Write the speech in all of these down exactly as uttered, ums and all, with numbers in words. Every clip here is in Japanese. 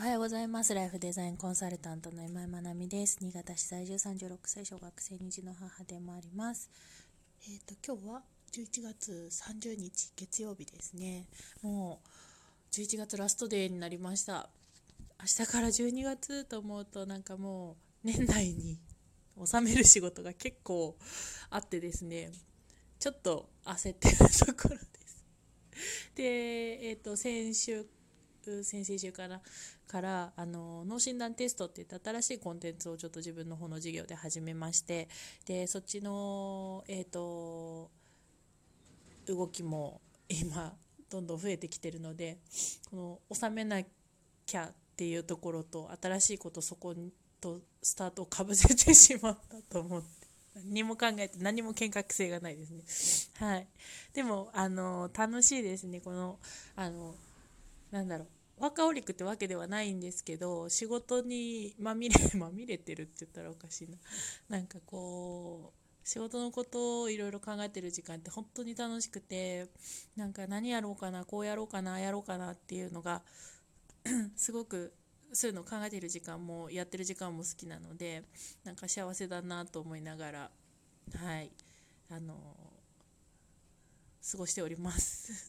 おはようございます。ライフデザインコンサルタントの今井まなみです。新潟市在住さんじゅうろくさい、小学生に児の母でもあります。えっ、と今日はじゅういちがつさんじゅうにち月曜日ですね。もうじゅういちがつラストデーになりました。明日からじゅうにがつと思うとなんかもう年内に収める仕事が結構あってですね、ちょっと焦ってるところです。で、えっ、と先週先々週からからあの脳診断テストっていった新しいコンテンツをちょっと自分の方の授業で始めまして、でそっちの、えー、と動きも今どんどん増えてきてるので、この収めなきゃっていうところと新しいことそこにとスタートをかぶせてしまったと思って、何も考えて何も計画性がないですね。はい。でもあの楽しいですね。このあのなんだろう、ワーカホリックってわけではないんですけど、仕事にまみれまみれてるって言ったらおかしいな。なんかこう仕事のことをいろいろ考えてる時間って本当に楽しくて、なんか何やろうかな、こうやろうかな、やろうかなっていうのがすごく、そういうのを考えてる時間もやってる時間も好きなので、なんか幸せだなと思いながら、はい、あの過ごしております。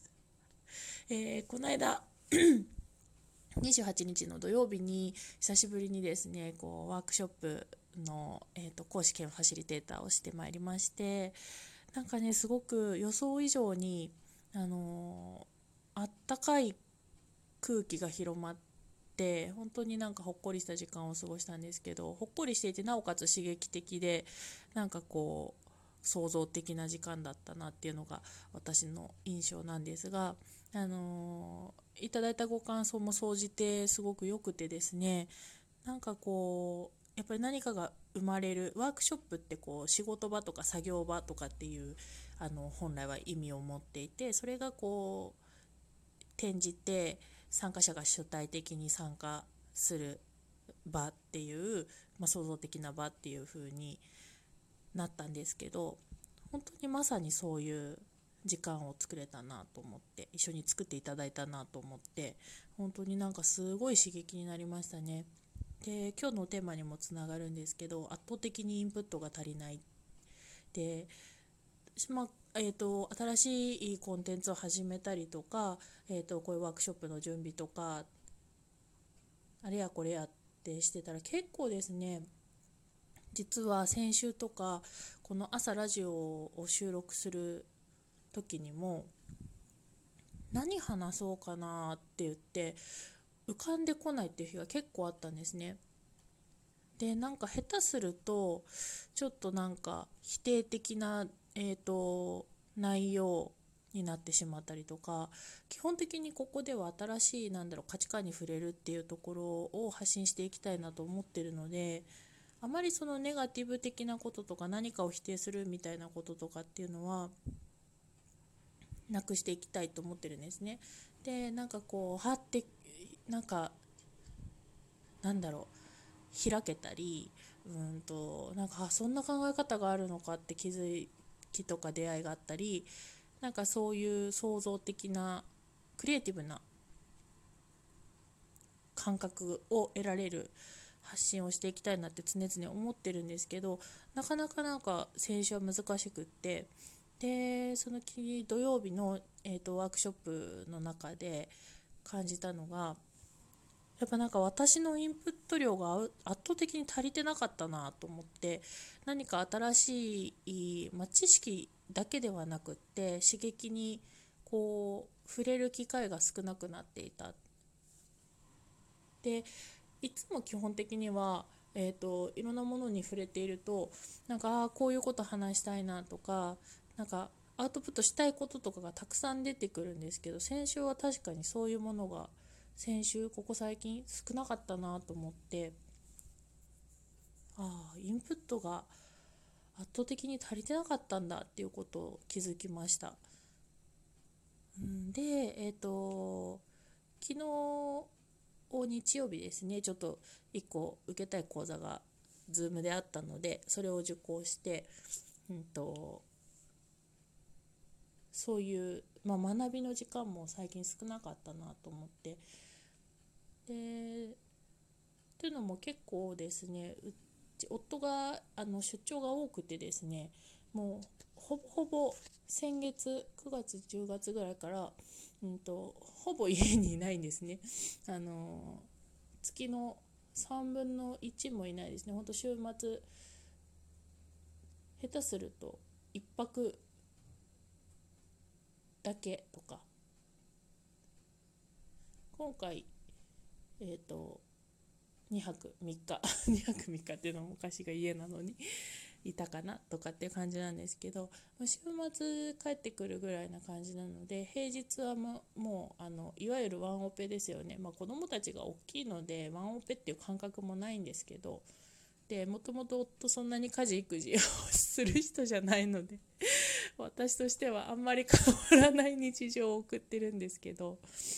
えーこの間にじゅうはちにちの土曜日に久しぶりにですね、こうワークショップの、えーと講師兼ファシリテーターをしてまいりまして、なんかねすごく予想以上にあのーあったかい空気が広まって、本当になんかほっこりした時間を過ごしたんですけど、ほっこりしていてなおかつ刺激的で、なんかこう創造的な時間だったなっていうのが私の印象なんですが、あのーいただいたご感想も総じてすごく良くてですね、なんかこうやっぱり何かが生まれるワークショップってこう仕事場とか作業場とかっていうあの本来は意味を持っていて、それがこう転じて参加者が主体的に参加する場っていう、まあ、創造的な場っていう風になったんですけど、本当にまさにそういう時間を作れたなと思って、一緒に作っていただいたなと思って、本当になんかすごい刺激になりましたね。で今日のテーマにもつながるんですけど、圧倒的にインプットが足りない。で、まあえー、と新しいコンテンツを始めたりとか、えー、とこういうワークショップの準備とかあれやこれやってしてたら、結構ですね、実は先週とかこの朝ラジオを収録する時にも何話そうかなって言って浮かんでこないっていう日が結構あったんですね。でなんか下手するとちょっとなんか否定的な、えーと内容になってしまったりとか、基本的にここでは新しいなんだろう価値観に触れるっていうところを発信していきたいなと思ってるので、あまりそのネガティブ的なこととか何かを否定するみたいなこととかっていうのはなくしていきたいと思ってるんですね。でなんかこうはってなんかなんだろう開けたり、うんとなんかそんな考え方があるのかって気づきとか出会いがあったり、なんかそういう創造的なクリエイティブな感覚を得られる発信をしていきたいなって常々思ってるんですけど、なかなかなんか先週は難しくって、でその土曜日の、えーとワークショップの中で感じたのが、やっぱなんか私のインプット量が圧倒的に足りてなかったなと思って、何か新しい、まあ、知識だけではなくって刺激にこう触れる機会が少なくなっていた。でいつも基本的には、えーと、いろんなものに触れていると、なんかあこういうこと話したいなとか、なんかアウトプットしたいこととかがたくさん出てくるんですけど、先週は確かにそういうものが先週ここ最近少なかったなと思って、ああインプットが圧倒的に足りてなかったんだっていうことを気づきました。うん、でえっ、ー、と昨日日曜日ですね、ちょっといっこ受けたい講座が Zoom であったので、それを受講して、うんと、そういう、まあ、学びの時間も最近少なかったなと思って、 でっていうのも結構ですね、うち夫があの出張が多くてですね、もうほぼほぼ先月くがつじゅうがつぐらいから、うんと、ほぼ家にいないんですね。あの月のさんぶんのいちもいないですね。ほんと週末下手するといっぱくだけとか、今回えっ、とにはくみっかにはくみっかっていうのもおかしが家なのにいたかなとかっていう感じなんですけど、週末帰ってくるぐらいな感じなので、平日はもう、もうあのいわゆるワンオペですよね。まあ、子供たちが大きいのでワンオペっていう感覚もないんですけど、でもともと夫そんなに家事育児をする人じゃないので私としてはあんまり変わらない日常を送ってるんですけど、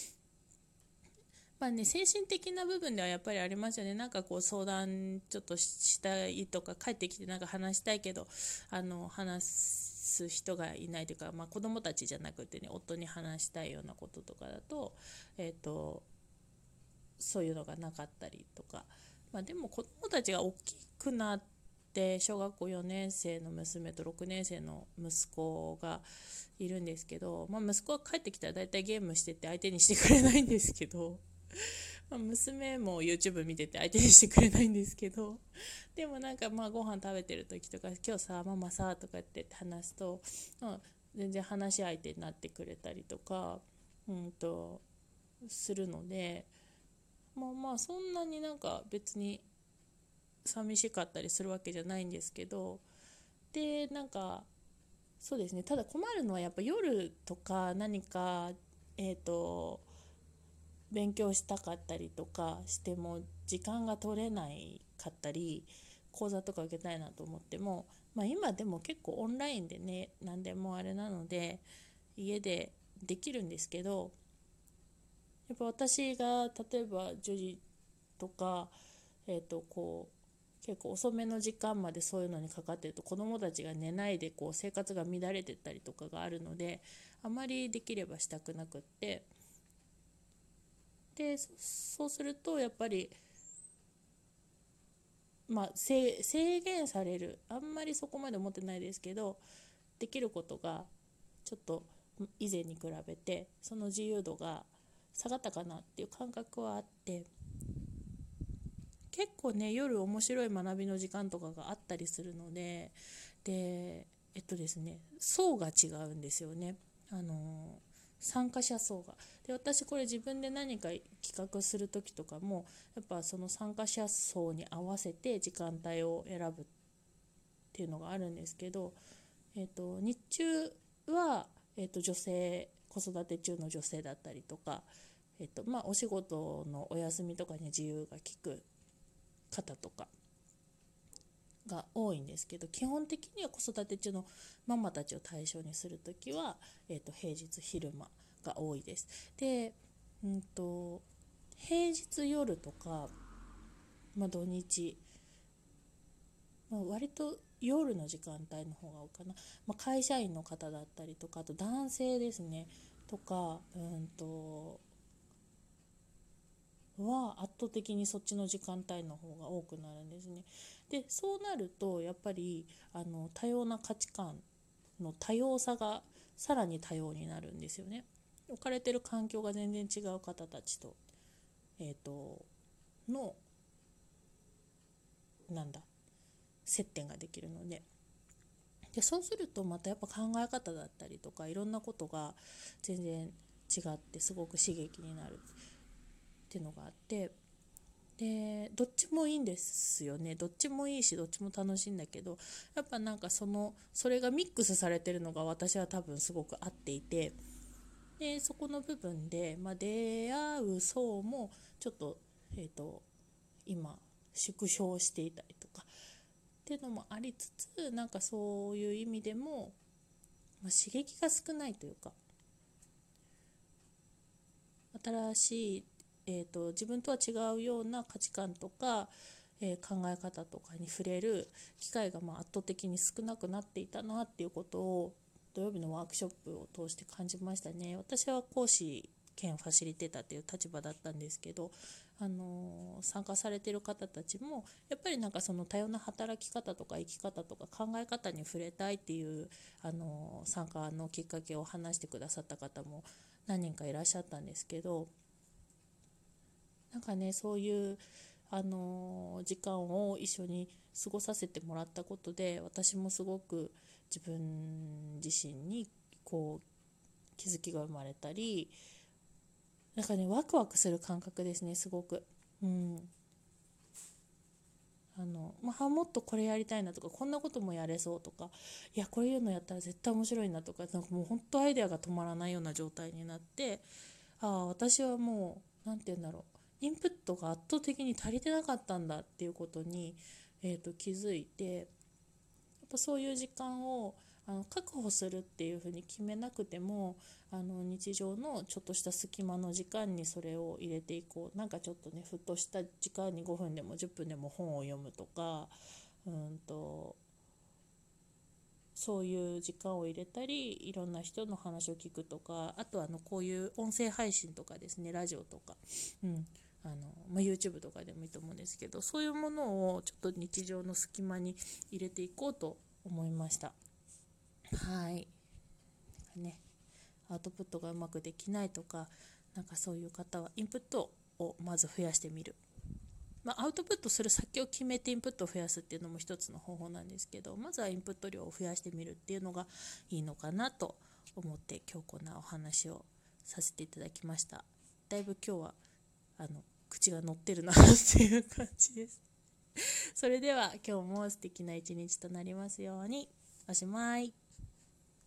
まあね、精神的な部分ではやっぱりありますよね。なんかこう相談ちょっとしたいとか、帰ってきてなんか話したいけどあの話す人がいないというか、まあ、子供たちじゃなくてね、夫に話したいようなこととかだと、えーと、そういうのがなかったりとか、まあ、でも子供たちが大きくなって小学校よねん生の娘とろくねん生の息子がいるんですけど、まあ、息子は帰ってきたらだいたいゲームしてて相手にしてくれないんですけど、まあ、娘も YouTube 見てて相手にしてくれないんですけど、でもなんかまあご飯食べてる時とか、今日さママさとかって話すと、まあ、全然話し相手になってくれたりとか、うんとするので、まあまあそんなになんか別に寂しかったりするわけじゃないんですけど、でなんかそうですね、ただ困るのはやっぱ夜とか何かえっ、ー、と勉強したかったりとかしても時間が取れないかったり、講座とか受けたいなと思っても、まあ、今でも結構オンラインでね何でもあれなので家でできるんですけど、やっぱ私が例えばじゅうじとか、えー、とこう結構遅めの時間までそういうのにかかってると子どもたちが寝ないでこう生活が乱れてったりとかがあるので、あまりできればしたくなくって、でそうするとやっぱり、まあ、制限される、あんまりそこまで思ってないですけど、できることがちょっと以前に比べてその自由度が下がったかなっていう感覚はあって、結構ね夜面白い学びの時間とかがあったりするので、でえっとですね層が違うんですよね。あの参加者層がで、私これ自分で何か企画する時とかもやっぱその参加者層に合わせて時間帯を選ぶっていうのがあるんですけど、えっと日中は、えっと女性子育て中の女性だったりとか、えっとまあ、お仕事のお休みとかに自由が利く方とかが多いんですけど、基本的には子育て中のママたちを対象にするときは、えーと、平日昼間が多いです。で、うんと、平日夜とか、まあ、土日、まあ、割と夜の時間帯の方が多いかな、まあ、会社員の方だったりとか、あと男性ですねとか、うんとは圧倒的にそっちの時間帯の方が多くなるんですね。でそうなるとやっぱりあの多様な価値観の多様さがさらに多様になるんですよね。置かれてる環境が全然違う方たちと、えーと、のなんだ接点ができるので、でそうするとまたやっぱ考え方だったりとかいろんなことが全然違ってすごく刺激になるっていうのがあって、でどっちもいいんですよね。どっちもいいしどっちも楽しいんだけど、やっぱなんかそのそれがミックスされてるのが私は多分すごく合っていて、でそこの部分で、まあ、出会う層もちょっと,、えーと今縮小していたりとかっていうのもありつつ、なんかそういう意味でも、まあ、刺激が少ないというか、新しい、えーと、自分とは違うような価値観とか、えー、考え方とかに触れる機会がまあ圧倒的に少なくなっていたなっていうことを土曜日のワークショップを通して感じましたね。私は講師兼ファシリテーターっていう立場だったんですけど、あの参加されている方たちもやっぱりなんかその多様な働き方とか生き方とか考え方に触れたいっていう、あの参加のきっかけを話してくださった方も何人かいらっしゃったんですけど、なんかね、そういうあの時間を一緒に過ごさせてもらったことで、私もすごく自分自身にこう気づきが生まれたり、なんかね、ワクワクする感覚ですね、すごく。うんあのまあ、もっとこれやりたいなとか、こんなこともやれそうとか、いやこういうのやったら絶対面白いなとか、なんかもう本当アイデアが止まらないような状態になって、ああ私はもうなんて言うんだろう、インプットが圧倒的に足りてなかったんだっていうことに、えーと気づいて、やっぱそういう時間をあの確保するっていうふうに決めなくても、あの日常のちょっとした隙間の時間にそれを入れていこう。なんかちょっとね、ふっとした時間にごふんでもじゅっぷんでも本を読むとか、うんとそういう時間を入れたり、いろんな人の話を聞くとか、あとはあのこういう音声配信とかですね、ラジオとか、うんあのまあ、YouTube とかでもいいと思うんですけど、そういうものをちょっと日常の隙間に入れていこうと思いました。はいね、アウトプットがうまくできないとか、なんかそういう方はインプットをまず増やしてみる。まあ、アウトプットする先を決めてインプットを増やすっていうのも一つの方法なんですけど、まずはインプット量を増やしてみるっていうのがいいのかなと思って、今日こんなお話をさせていただきました。だいぶ今日はあの口が乗ってるなっていう感じです。それでは今日も素敵な一日となりますように。おしまい。